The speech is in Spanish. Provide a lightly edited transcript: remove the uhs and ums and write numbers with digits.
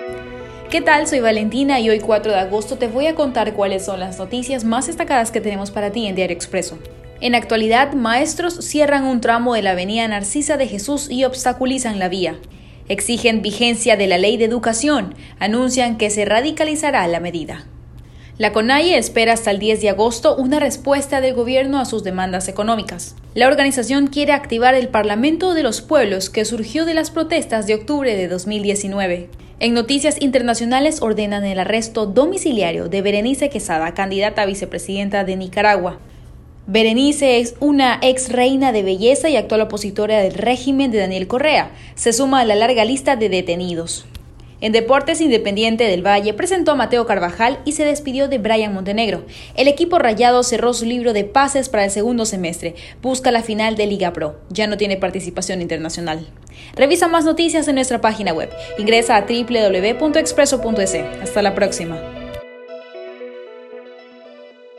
¿Qué tal? Soy Valentina y hoy 4 de agosto te voy a contar cuáles son las noticias más destacadas que tenemos para ti en Diario Expreso. En actualidad, maestros cierran un tramo de la avenida Narcisa de Jesús y obstaculizan la vía. Exigen vigencia de la ley de educación, anuncian que se radicalizará la medida. La CONAIE espera hasta el 10 de agosto una respuesta del gobierno a sus demandas económicas. La organización quiere activar el Parlamento de los Pueblos que surgió de las protestas de octubre de 2019. En noticias internacionales ordenan el arresto domiciliario de Berenice Quesada, candidata a vicepresidenta de Nicaragua. Berenice es una ex reina de belleza y actual opositora del régimen de Daniel Correa. Se suma a la larga lista de detenidos. En deportes, Independiente del Valle presentó a Mateo Carvajal y se despidió de Brian Montenegro. El equipo rayado cerró su libro de pases para el segundo semestre. Busca la final de Liga Pro. Ya no tiene participación internacional. Revisa más noticias en nuestra página web. Ingresa a www.expreso.es. Hasta la próxima.